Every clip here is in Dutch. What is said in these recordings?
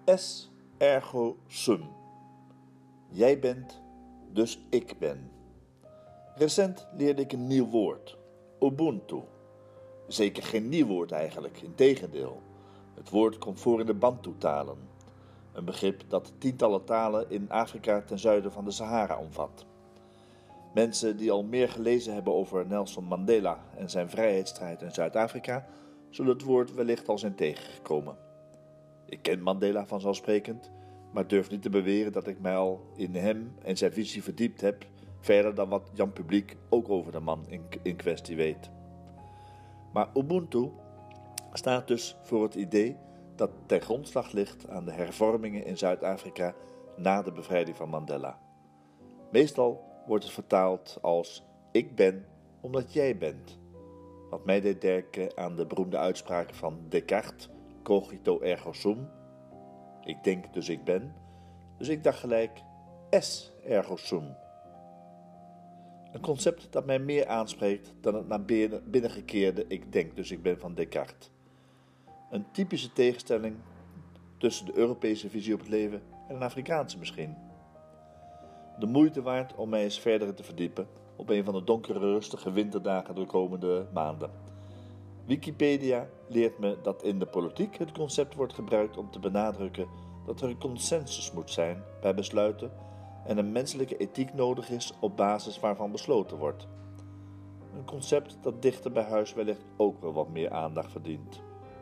Es ergo sum. Jij bent, dus ik ben. Recent leerde ik een nieuw woord. Ubuntu. Zeker geen nieuw woord eigenlijk, integendeel. Het woord komt voor in de Bantu-talen. Een begrip dat tientallen talen in Afrika ten zuiden van de Sahara omvat. Mensen die al meer gelezen hebben over Nelson Mandela en zijn vrijheidsstrijd in Zuid-Afrika, zullen het woord wellicht al zijn tegengekomen. Ik ken Mandela vanzelfsprekend, maar durf niet te beweren dat ik mij al in hem en zijn visie verdiept heb, verder dan wat Jan Publiek ook over de man in kwestie weet. Maar Ubuntu staat dus voor het idee dat ten grondslag ligt aan de hervormingen in Zuid-Afrika na de bevrijding van Mandela. Meestal wordt het vertaald als ik ben omdat jij bent. Wat mij deed denken aan de beroemde uitspraken van Descartes, cogito ergo sum. Ik denk dus ik ben. Dus ik dacht gelijk, es ergo sum. Een concept dat mij meer aanspreekt dan het naar binnengekeerde ik denk dus ik ben van Descartes. Een typische tegenstelling tussen de Europese visie op het leven en een Afrikaanse misschien. De moeite waard om mij eens verder te verdiepen op een van de donkere, rustige winterdagen de komende maanden. Wikipedia leert me dat in de politiek het concept wordt gebruikt om te benadrukken dat er een consensus moet zijn bij besluiten en een menselijke ethiek nodig is op basis waarvan besloten wordt. Een concept dat dichter bij huis wellicht ook wel wat meer aandacht verdient.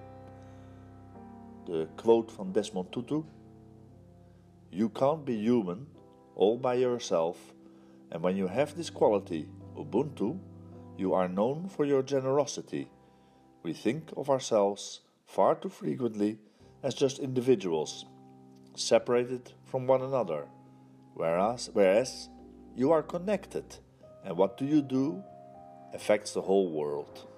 De quote van Desmond Tutu: You can't be human all by yourself, and when you have this quality, Ubuntu, you are known for your generosity. We think of ourselves far too frequently as just individuals, separated from one another, whereas you are connected, and what do affects the whole world.